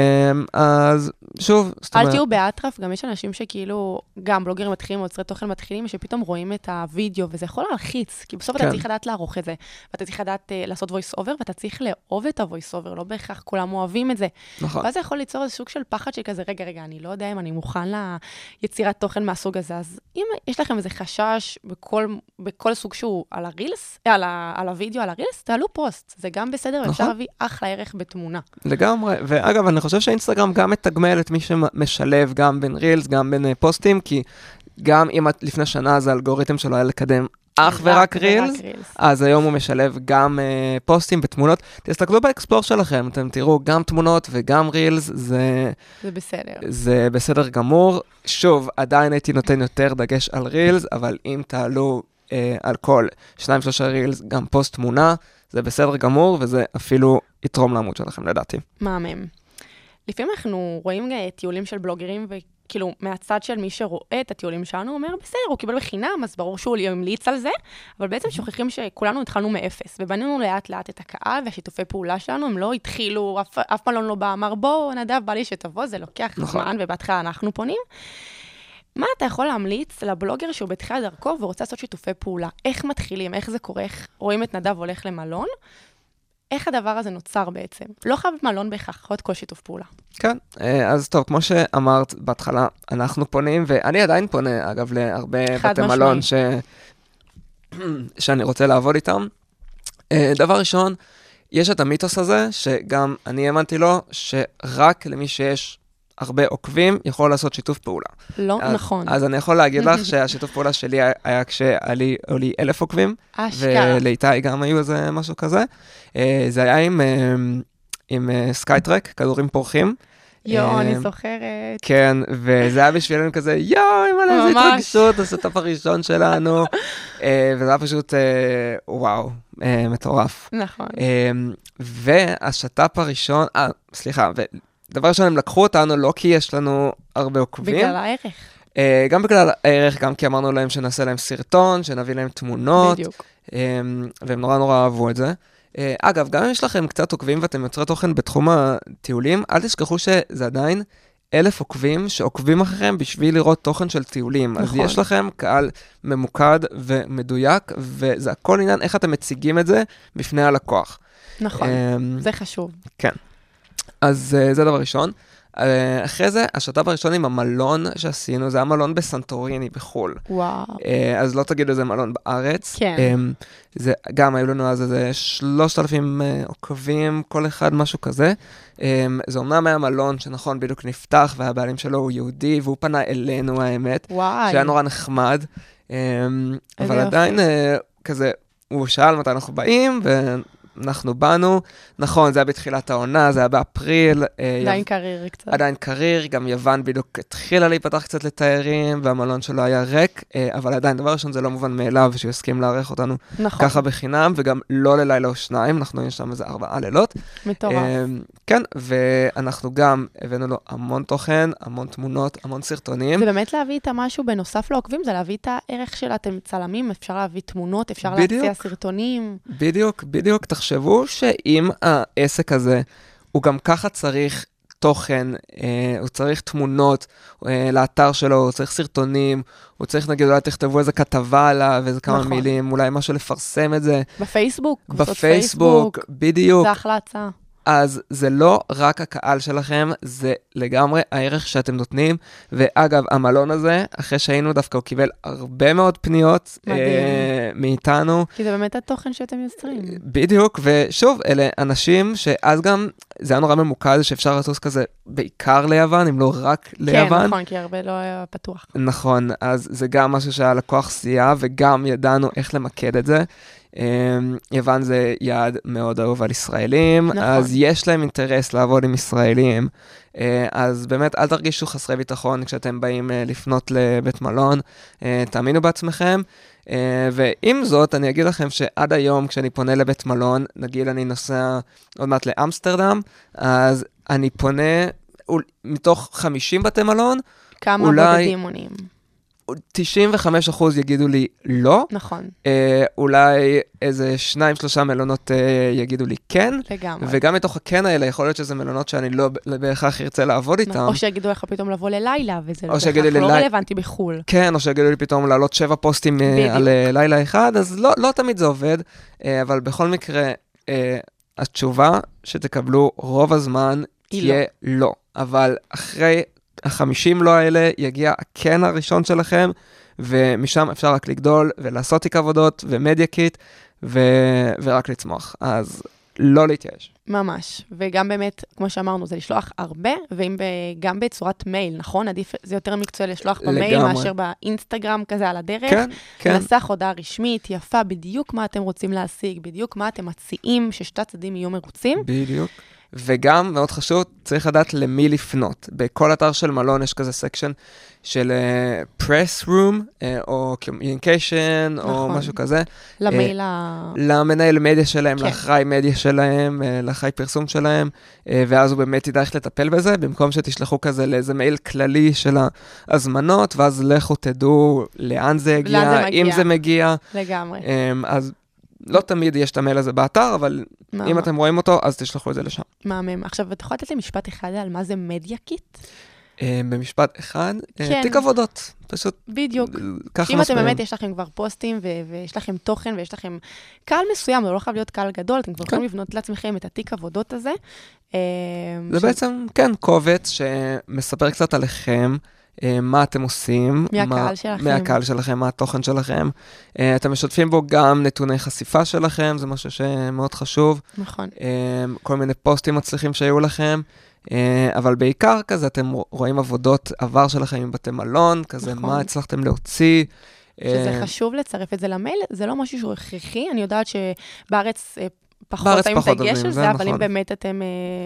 אז שוב, אל תהיו באטרף, גם יש אנשים שכאילו, גם בלוגרים מתחילים, או יוצרי תוכן מתחילים, שפתאום רואים את הוידאו, וזה יכול להלחיץ, כי בסוף אתה צריך לדעת לערוך את זה, ואתה צריך לדעת לעשות voice over, ואתה צריך לאהוב את ה-voice over, לא בהכרח כולם אוהבים את זה. ואז זה יכול ליצור איזה סוג של פחד שכזה, רגע, אני לא יודע אם אני מוכן ליצירת תוכן מהסוג הזה, אז אם יש לכם איזה חשש בכל סוג שהוא על הרילס, על הוידאו, על הרילס, תעלו פוסט. זה גם בסדר, ואפשר להביא אחלה ערך בתמונה. לגמרי, ואגב, אני חושב שהאינסטגרם גם מתגמל את מי שמשלב גם בין רילס, גם בין פוסטים, כי גם אם לפני שנה זה האלגוריתם שלו היה לקדם אך ורק רילס, אז היום הוא משלב גם פוסטים ותמונות. תסתכלו באקספלור שלכם, אתם תראו גם תמונות וגם רילס, זה בסדר. זה בסדר גמור. שוב, עדיין הייתי נותן יותר דגש על רילס, אבל אם תעלו על כל 2-3 רילס, גם פוסט תמונה, זה בסדר גמור, וזה אפילו יתרום לעמוד שלכם, לדעתי. מהמם. לפעמים אנחנו רואים טיולים של בלוגרים, וכאילו מהצד של מי שרואה את הטיולים שלנו, הוא אומר, בסדר, הוא קיבל בחינם, אז ברור שהוא ימליץ על זה, אבל בעצם שוכחים שכולנו התחלנו מאפס, ובנינו לאט לאט את הקהל, והשיתופי פעולה שלנו, הם לא התחילו, אף פעם לא בא, אמר, בוא, נדב, בא לי שתבוא, זה לוקח זמן, ובהתחלה אנחנו פונים. מה אתה יכול להמליץ לבלוגר שהוא בתחילת דרכו, ורוצה לעשות שיתופי פעולה? איך מתחילים? איך זה קורה? איך רואים את נדב הולך למלון? איך הדבר הזה נוצר בעצם? לא חייב מלון בהכרח, יכול להיות כל שיתוף פעולה. כן, אז טוב, כמו שאמרת בהתחלה, אנחנו פונים, ואני עדיין פונה, אגב, להרבה חד בתי משמעי. מלון שאני רוצה לעבוד איתם. דבר ראשון, יש את המיתוס הזה, שגם אני האמנתי לו, שרק למי שיש הרבה עוקבים, יכול לעשות שיתוף פעולה. לא נכון. אז אני יכול להגיד לך שהשיתוף פעולה שלי היה כשהיו לי 1,000 עוקבים, אשכרה. ולאיתי גם היו איזה משהו כזה. זה היה עם סקייטרק, כדורים פורחים. יו, אני זוכרת. כן, וזה היה בשבילנו כזה, איזה התרגשות, השת"פ הראשון שלנו, וזה היה פשוט, וואו, מטורף. נכון. והשת"פ הראשון, סליחה, ודבר ראשון, הם לקחו אותנו לא כי יש לנו הרבה עוקבים. בגלל הערך. גם בגלל הערך, גם כי אמרנו להם שנעשה להם סרטון, שנביא להם תמונות. בדיוק. והם נורא נורא אהבו את זה. אגב, גם אם יש לכם קצת עוקבים ואתם יוצרי תוכן בתחום הטיולים, אל תשכחו שזה עדיין 1,000 עוקבים שעוקבים אחריכם בשביל לראות תוכן של טיולים. נכון. אז יש לכם קהל ממוקד ומדויק, וזה הכל עניין איך אתם מציגים את זה בפני הלקוח. נכון, זה חשוב. כן. אז זה דבר ראשון. אחרי זה, השת"פ הראשון עם המלון שעשינו, זה היה מלון בסנטוריני בחול. וואו. אז לא תגידו איזה מלון בארץ. כן. זה גם היו לנו אז איזה 3,000 עוקבים, כל אחד משהו כזה. זה אומנם היה מלון שנכון בדיוק נפתח, והבעלים שלו הוא יהודי, והוא פנה אלינו האמת. וואי. שהיה נורא נחמד. אבל עדיין כזה, הוא שאל מתי אנחנו באים, אנחנו באנו, נכון, זה היה בתחילת העונה, זה היה באפריל. עדיין קריר קצת. עדיין קריר, גם יוון בדיוק התחילה להיפתח קצת לתיירים, והמלון שלו היה ריק, אבל עדיין, דבר ראשון, זה לא מובן מאליו, שהוא הסכים לארח אותנו נכון. ככה בחינם, וגם לא ללילה או שניים, אנחנו יש שם איזה 4 לילות. מטורף. כן, ואנחנו גם הבאנו לו המון תוכן, המון תמונות, המון סרטונים. זה באמת להביא את המשהו בנוסף לעוקבים, זה להביא את הערך שלה, אתם צלמים, אפשר להביא תמונות, אפשר להציע סרטונים. בדיוק, תחשבו שאם העסק הזה, הוא גם ככה צריך תוכן, הוא צריך תמונות לאתר שלו, הוא צריך סרטונים, הוא צריך נגיד אולי תכתבו איזה כתבה עליו, איזה כמה מילים, אולי משהו לפרסם את זה. בפייסבוק, בדיוק. זה אחלה הצעה. אז זה לא רק הקהל שלכם, זה לגמרי הערך שאתם נותנים, ואגב, המלון הזה, אחרי שהיינו דווקא, הוא קיבל הרבה מאוד פניות מאיתנו. כי זה באמת התוכן שאתם יוצרים. בדיוק, ושוב, אלה אנשים שאז גם, זה היה נורא ממוקד, שאפשר לטוס כזה בעיקר ליוון, אם לא רק ליוון. כן, נכון, כי הרבה לא היה פתוח. נכון, אז זה גם משהו שהלקוח סייע, וגם ידענו איך למקד את זה. יוון זה יעד מאוד אהוב על ישראלים, נכון. אז יש להם אינטרס לעבוד עם ישראלים, אז באמת אל תרגישו חסרי ביטחון כשאתם באים לפנות לבית מלון, תאמינו בעצמכם, ועם זאת אני אגיד לכם שעד היום כשאני פונה לבית מלון, נגיד אני נוסע עוד מעט לאמסטרדם, אז אני פונה מתוך 50 בתי מלון, כמה בודדים עונים? 95% יגידו לי לא. נכון. אולי איזה 2-3 מלונות יגידו לי כן. לגמרי. וגם מתוך הכן האלה, יכול להיות שזה מלונות שאני לא בהכרח ארצה לעבוד איתם. או שיגידו לך פתאום לבוא ללילה, וזה בהכרח לא רלוונטי בחול. כן, או שיגידו לי פתאום לעלות 7 פוסטים על לילה אחד, אז לא תמיד זה עובד, אבל בכל מקרה, התשובה שתקבלו רוב הזמן תהיה לא. אבל אחרי 50 לא האלה יגיע הכן הראשון שלכם, ומשם אפשר רק לגדול ולעשות תיק עבודות ומדיה קיט, ורק לצמוח. אז לא להתייאש. ממש. וגם באמת, כמו שאמרנו, זה לשלוח הרבה, וגם בצורת מייל, נכון? עדיף, זה יותר מקצועי לשלוח במייל, מאשר באינסטגרם כזה על הדרך. כן, כן. לנסח הודעה רשמית, יפה, בדיוק מה אתם רוצים להשיג, בדיוק מה אתם מציעים, ששתי הצדדים יהיו מרוצים. בדיוק. וגם, מאוד חשוב, צריך לדעת למי לפנות. בכל אתר של מלון יש כזה סקשן של press room, או communication, או משהו כזה. למייל למנהל מדיה שלהם, לאחראי מדיה שלהם, לאחראי פרסום שלהם, ואז הוא באמת ידע איך לטפל בזה, במקום שתשלחו כזה לאיזה מייל כללי של ההזמנות, ואז לכו תדעו לאן זה יגיע, אם זה מגיע. לגמרי. אז לא תמיד יש את המייל הזה באתר, אבל אם אתם רואים אותו, אז תשלחו את זה לשם. מהמם. עכשיו, אתה יכול לתת לי משפט אחד על מה זה מדיה קיט? במשפט אחד, כן. תיק עבודות, פשוט בדיוק. ככה אם אתם מסבירים. באמת, יש לכם כבר פוסטים, ויש לכם תוכן, ויש לכם קהל מסוים, זה לא חייב להיות קהל גדול, אתם כבר יכולים לבנות לעצמכם את התיק עבודות הזה. זה בעצם, כן, קובץ שמספר קצת עליכם, מה אתם עושים. מהקהל שלכם. מהקהל שלכם, מה התוכן שלכם. אתם משתפים בו גם נתוני חשיפה שלכם, זה משהו שמאוד חשוב. נכון. כל מיני פוסטים מצליחים שהיו לכם. אבל בעיקר כזה, אתם רואים עבודות עבר שלכם עם בתי מלון, כזה נכון. מה הצלחתם להוציא. שזה חשוב לצרף את זה למייל, זה לא משהו שהוא הכרחי, אני יודעת שבארץ פחות בארץ האם פחות דגש עובדים, על זה זה, אבל נכון. אם באמת אתם,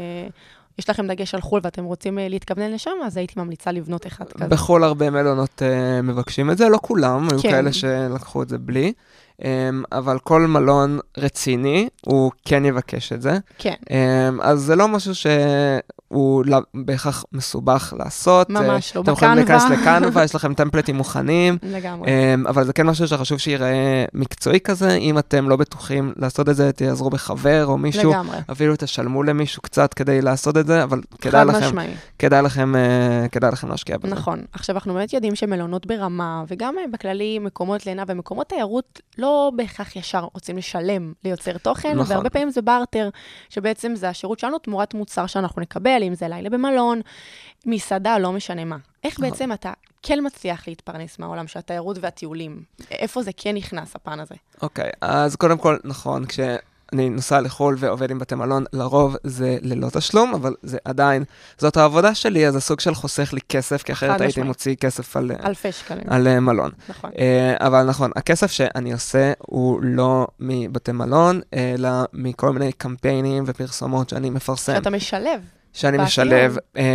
יש לכם דגש על חול ואתם רוצים להתכוונן לשם, אז הייתי ממליצה לבנות אחד כזה. בכל הרבה מלונות מבקשים את זה, לא כולם, היו כן. כאלה שלקחו את זה בלי, אבל כל מלון רציני, הוא כן יבקש את זה. כן. אז זה לא משהו שהוא בהכרח מסובך לעשות. ממש לא, אתם יכולים בקנווה. להיכנס לקנווה, יש לכם טמפלטים מוכנים. לגמרי. אבל זה כן משהו שחשוב שיראה מקצועי כזה, אם אתם לא בטוחים לעשות את זה, תעזרו בחבר או מישהו, לגמרי. אפילו תשלמו למישהו קצת כדי לעשות את זה, אבל חד משמעי. כדאי לכם להשקיע בזה. נכון. עכשיו, אנחנו באמת יודעים שמלונות ברמה, וגם בכללי מקומות לינה ומקומות תיירות, לא בהכרח ישר רוצים לשלם ליוצר תוכן, נכון. והרבה פעמים זה בארטר, שבעצם זה השירות שלנו תמורת מוצר שאנחנו נקבל, אם זה לילה במלון, מסעדה, לא משנה מה. איך בעצם אתה כן מצליח להתפרנס מהעולם של התיירות והטיולים? איפה זה כן נכנס, הפן הזה? אוקיי, אז קודם כל, נכון, כשאני נוסע לחול ועובד עם בתי מלון, לרוב זה ללא תשלום, אבל זה עדיין, זאת העבודה שלי, אז זה סוג של חוסך לי כסף, כי אחרת הייתי מוציא כסף אלפי שקלים. על מלון. נכון. אבל נכון, הכסף שאני עושה הוא לא מבתי מלון, אלא מכל מיני קמפיינים ופרסומות שאני מפרסם. שאתה משלב. שאני משלב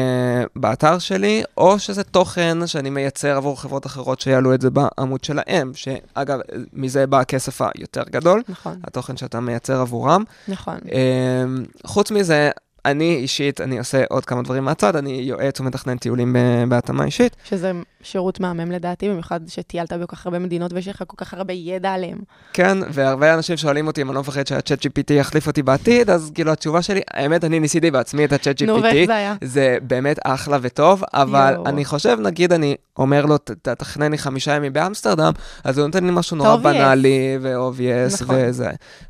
באתר שלי, או שזה תוכן שאני מייצר עבור חברות אחרות שיעלו את זה בעמוד שלהם, שאגב, מזה בא הכסף היותר גדול, נכון. התוכן שאתה מייצר עבורם. נכון. חוץ מזה, אני אישית, אני עושה עוד כמה דברים מהצד, אני יועץ ומתכנן טיולים בהתאמה אישית. שזה שירות מהמם לדעתי, במיוחד שטיילת בכל כך הרבה מדינות ויש לך כל כך הרבה ידע עליהם. כן, והרבה אנשים שואלים אותי אם אני לא מפחד שהצ'אט GPT יחליף אותי בעתיד, אז כאילו התשובה שלי, האמת, אני ניסיתי בעצמי את הצ'אט GPT. נו, ואיך זה היה? זה באמת אחלה וטוב, אבל אני חושב, נגיד, אני אומר לו, תתכנן לי 5 ימים באמסטרדם, אז הוא נותן לי משהו נורא בנאלי ו-obvious וזה.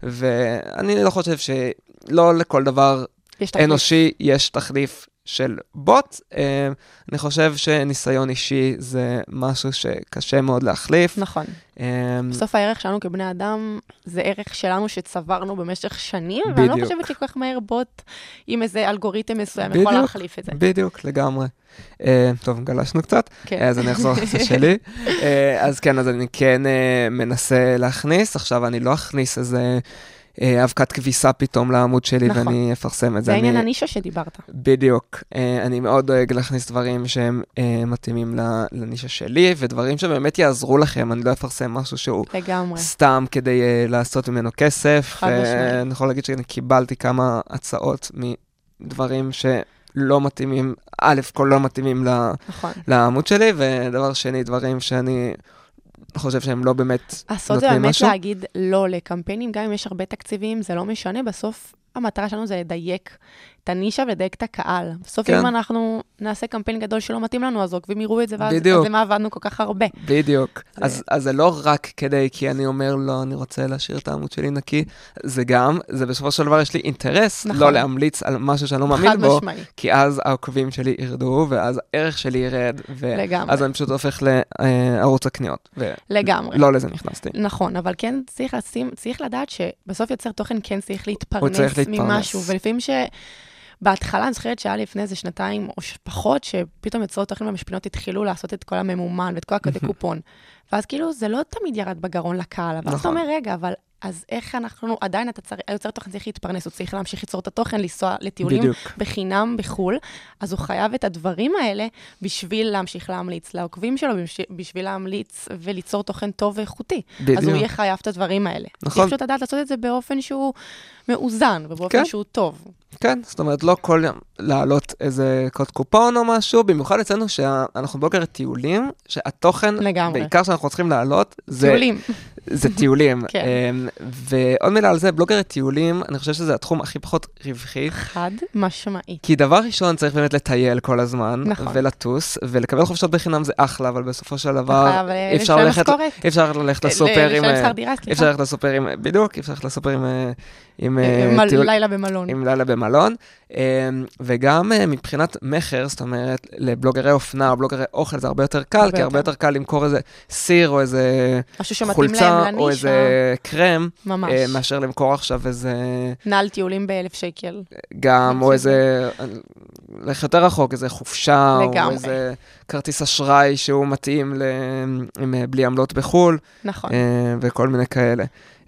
ואני לא חושב שלא לכל דבר אנושי יש תחליף של בוט. אני חושב שניסיון אישי זה משהו שקשה מאוד להחליף. נכון. בסוף הערך שלנו כבני אדם, זה ערך שלנו שצברנו במשך שנים, ואני לא חושבת שכל כך מהר בוט עם איזה אלגוריתם מסוים יכול להחליף את זה. בדיוק, לגמרי. טוב, גלשנו קצת, אז אני אחזור לזה שלי. אז כן, אז אני כן מנסה להכניס, עכשיו אני לא אכניס איזה אבקת כביסה פתאום לעמוד שלי, ואני אפרסם את זה. זה העניין הנישה שדיברת. בדיוק. אני מאוד דואג להכניס דברים שהם מתאימים לנישה שלי, ודברים שבאמת יעזרו לכם. אני לא אפרסם משהו שהוא סתם כדי לעשות ממנו כסף. אני יכול להגיד שאני קיבלתי כמה הצעות מדברים שלא מתאימים, א', כל לא מתאימים לעמוד שלי, ודבר שני, דברים שאני חושב שהם לא באמת נותנים משהו. הסוד זה באמת להגיד לא לקמפיינים, גם אם יש הרבה תקציבים, זה לא משנה, בסוף המטרה שלנו זה לדייק את הנישה ולדייק את הקהל. בסוף אם אנחנו נעשה קמפיין גדול שלא מתאים לנו, אז עוקבים יראו את זה, ואז למה עבדנו כל כך הרבה. בדיוק. אז זה לא רק כדי, כי אני אומר, לא, אני רוצה להשאיר את העמוד שלי נקי, זה גם, זה בסופו של דבר יש לי אינטרס לא להמליץ על משהו שאני לא מאמין בו, כי אז העוקבים שלי ירדו, ואז הערך שלי ירד, ואז אני פשוט הופך לערוץ הקניות. לגמרי. לא לזה נכנסתי. נכון, אבל כן צריך לדעת שבסוף יוצר תוכן כן צריך להתפרנס ממשהו, ולפעמים בהתחלה, אני זוכרת שהיה לפני איזה 2 או פחות, שפתאום יוצרות תוכן במשפיענות התחילו לעשות את כל הממומן ואת כל הקודי קופון. ואז כאילו זה לא תמיד ירד בגרון לקהל, אבל אתה אומר, רגע, אבל אז איך אנחנו, עדיין היוצר תוכן צריך להתפרנס, הוא צריך להמשיך ליצור את התוכן, לנסוע לטיולים בחינם בחול, אז הוא חייב את הדברים האלה בשביל להמשיך להמליץ לעוקבים שלו, בשביל להמליץ וליצור תוכן טוב ואיכותי. אז הוא יהיה חייב את הדברים האלה. צריך פשוט לדעת לעשות את זה באופן שהוא מאוזן, ובאופן שהוא טוב. כן, זאת אומרת, לא כל יום להעלות איזה קוד קופון או משהו, במיוחד אצלנו שאנחנו בלוגר טיולים, שהתוכן, לגמרי. בעיקר שאנחנו צריכים להעלות, טיולים. זה טיולים. כן. ועוד מילה על זה, בלוגר טיולים, אני חושב שזה התחום הכי פחות רווחי. חד משמעי. כי דבר ראשון צריך באמת לטייל כל הזמן, נכון. ולטוס, ולקבל חופשות בחינם זה אחלה, אבל בסופו של דבר, אבל אפשר ללכת לסופר עם... לשלם שכר דירה, סליחה. אפשר ללכת לסופר עם... בדיוק, אפשר ללכת לסופר עם לילה במלון. עם לילה במלון, וגם מבחינת מחר, זאת אומרת, לבלוגרי אופנה או בלוגרי אוכל זה הרבה יותר קל, כי הרבה יותר קל למכור איזה סיר או איזה חולצה או איזה קרם, מאשר למכור עכשיו איזה... נעל טיולים ב1,000 שקל. גם, או איזה... לך יותר רחוק, איזה חופשה, או איזה כרטיס אשראי שהוא מתאים בלי עמלות בחול. נכון. וכל מיני כאלה.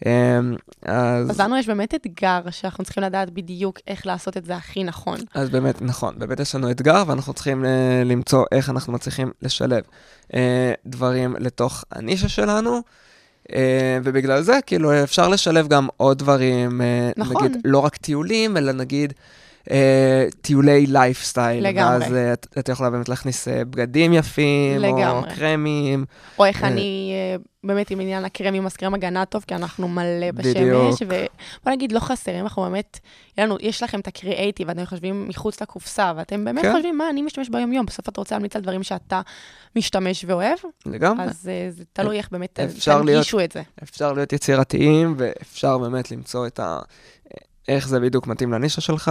אז לנו יש באמת אתגר שאנחנו צריכים לדעת בדיוק איך לעשות את זה הכי נכון. אז באמת, נכון, באמת יש לנו אתגר, ואנחנו צריכים למצוא איך אנחנו מצליחים לשלב דברים לתוך הנישה שלנו, ובגלל זה, כאילו, אפשר לשלב גם עוד דברים, נכון. נגיד, לא רק טיולים, אלא נגיד, טיולי לייפסטייל. לגמרי. ואז אתה יכולה באמת להכניס בגדים יפים, לגמרי. או קרמים. או איך אני, באמת עם עניין הקרמים, אז קרם הגנה טוב, כי אנחנו מלא בשמש, בדיוק. ובוא נגיד, לא חסרים, אנחנו באמת, יש לכם את הקריאייטיב, ואתם חושבים מחוץ לקופסה, ואתם באמת כן. חושבים, מה אני משתמש ביום יום, בסוף אתה רוצה להמליץ על דברים שאתה משתמש ואוהב, לגמרי. אז זה תלוי איך באמת אפשר תנגישו את זה. אפשר להיות יצירתיים, ואפשר באמת למצוא את איך זה בדיוק מתאים לנישה שלך,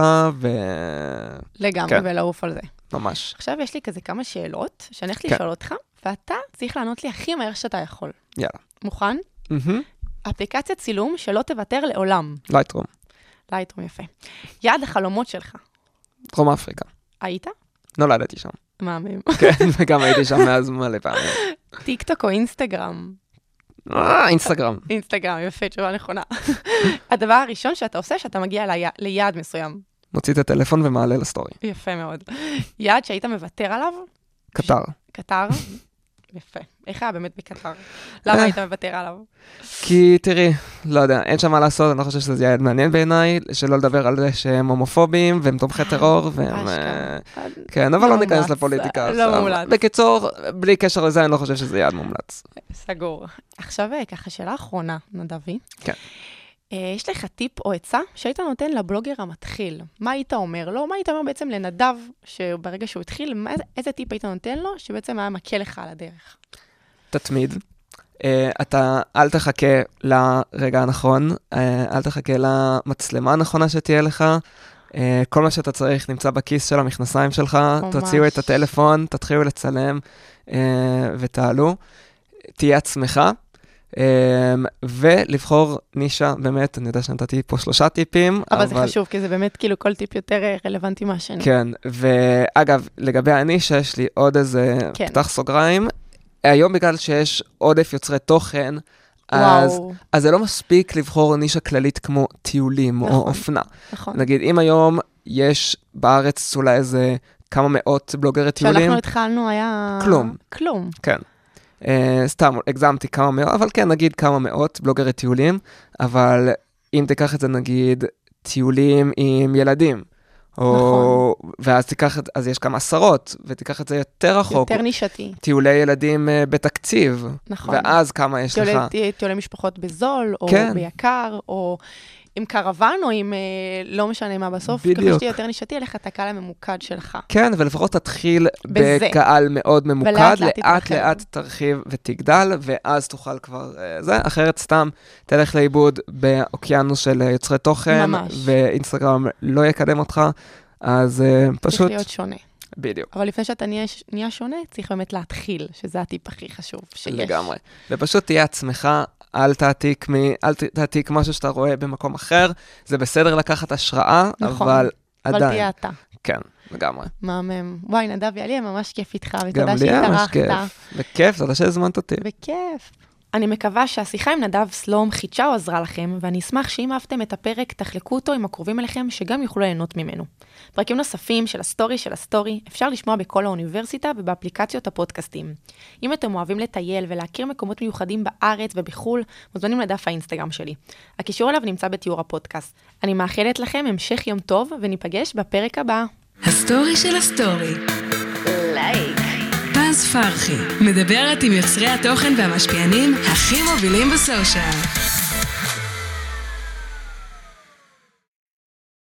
לגמרי, כן. ולעוף על זה. ממש. עכשיו יש לי כזה כמה שאלות, שאני הולכת לשאול אותך, ואתה צריך לענות לי הכי מהר שאתה יכול. יאללה. מוכן? אפליקציית צילום שלא תוותר לעולם. לייטרום. לייטרום, יפה. יעד החלומות שלך. דרום אפריקה. היית? נולדתי שם. מהמם. כן, וגם הייתי שם מאז מלא פעמים. טיק טוק או אינסטגרם? אינסטגרם. אינסטגרם, יפה, תשובה נכונה. הדבר הראשון שאתה עושה, שאתה מגיע ליעד מסוים. מוציא את הטלפון ומעלה לסטורי. יפה מאוד. יעד שהיית מוותר עליו? קטר. קטר? יפה. איך היה באמת בקטר? למה היית מוותר עליו? כי תראי, לא יודע, אין שם מה לעשות, אני לא חושב שזה יעד מעניין בעיניי, שלא לדבר על זה שהם הומופובים, והם תומכי טרור, והם... כן, אבל לא ניכנס לפוליטיקה. לא מומלץ. בקיצור, בלי קשר לזה, אני לא חושב שזה יעד מומלץ. סגור. עכשיו ככה, שאלה אחרונה, נדבי. כן. יש לך טיפ או עצה שהיית נותן לבלוגר המתחיל? מה היית אומר לו? מה היית אומר בעצם לנדב, שברגע שהוא התחיל, איזה טיפ היית נותן לו, שבעצם היה מקל לך על הדרך? תתמיד. אתה אל תחכה לרגע הנכון, אל תחכה למצלמה הנכונה שתהיה לך, כל מה שאתה צריך נמצא בכיס של המכנסיים שלך, תוציאו את הטלפון, תתחילו לצלם ותעלו, תהיה עצמך, ולבחור נישה, באמת, אני יודע שנתתי פה 3 טיפים. אבל זה חשוב, כי זה באמת כאילו כל טיפ יותר רלוונטי מהשני. כן, ואגב, לגבי הנישה, יש לי עוד איזה פתח סוגריים, היום בגלל שיש עודף יוצרי תוכן, אז זה לא מספיק לבחור נישה כללית כמו טיולים או אופנה. נגיד, אם היום יש בארץ אולי איזה כמה מאות בלוגרי טיולים. כשאנחנו התחלנו היה... כלום. כן. סתם, הגזמתי כמה מאות, אבל כן, נגיד כמה מאות בלוגרי טיולים, אבל אם תיקח את זה, נגיד, טיולים עם ילדים, או... ואז תיקח, אז יש כמה עשרות, ותיקח את זה יותר רחוק. יותר נישתי. טיולי ילדים בתקציב. נכון. ואז כמה יש לך. טיולי משפחות בזול, או ביקר, או עם קרוון, או עם לא משנה מה בסוף. בדיוק. ככה שתהיה יותר נישתי, אליך את הקהל הממוקד שלך. כן, ולפחות תתחיל בקהל מאוד ממוקד, לאט לאט תרחיב ותגדל, ואז תוכל כבר זה, אחרת סתם תלך לאיבוד באוקיינוס של יוצרי תוכן, ואינסטגרם לא יקדם אותך, אז פשוט... צריך להיות שונה. בדיוק. אבל לפני שאתה נהיה שונה, צריך באמת להתחיל, שזה הטיפ הכי חשוב שיש. לגמרי. ופשוט תהיה עצמך, אל תעתיק משהו שאתה רואה במקום אחר, זה בסדר לקחת השראה, אבל עדיין. אבל תהיה אתה. כן, לגמרי. מהמם. וואי, נדב, היה לי ממש כיף איתך, ותודה שהתארחת. גם לי היה ממש כיף. בכיף, תודה שהזמנת אותי. בכיף. אני מקווה שהשיחה עם נדב סלום חידשה או עזרה לכם, ואני אשמח שאם אהבתם את הפרק, תחלקו אותו עם הקרובים אליכם שגם יוכלו ליהנות ממנו. פרקים נוספים של הסטורי אפשר לשמוע בכל האוניברסיטה ובאפליקציות הפודקאסטים. אם אתם אוהבים לטייל ולהכיר מקומות מיוחדים בארץ ובחול, מוזמנים לדף האינסטגרם שלי. הקישור אליו נמצא בתיאור הפודקאסט. אני מאחלת לכם המשך יום טוב וניפגש בפרק הבא. הסטורי של הסטורי. לייק. פז פרחי מדברת עם יוצרי התוכן והמשפיענים הכי מובילים בסושיאל.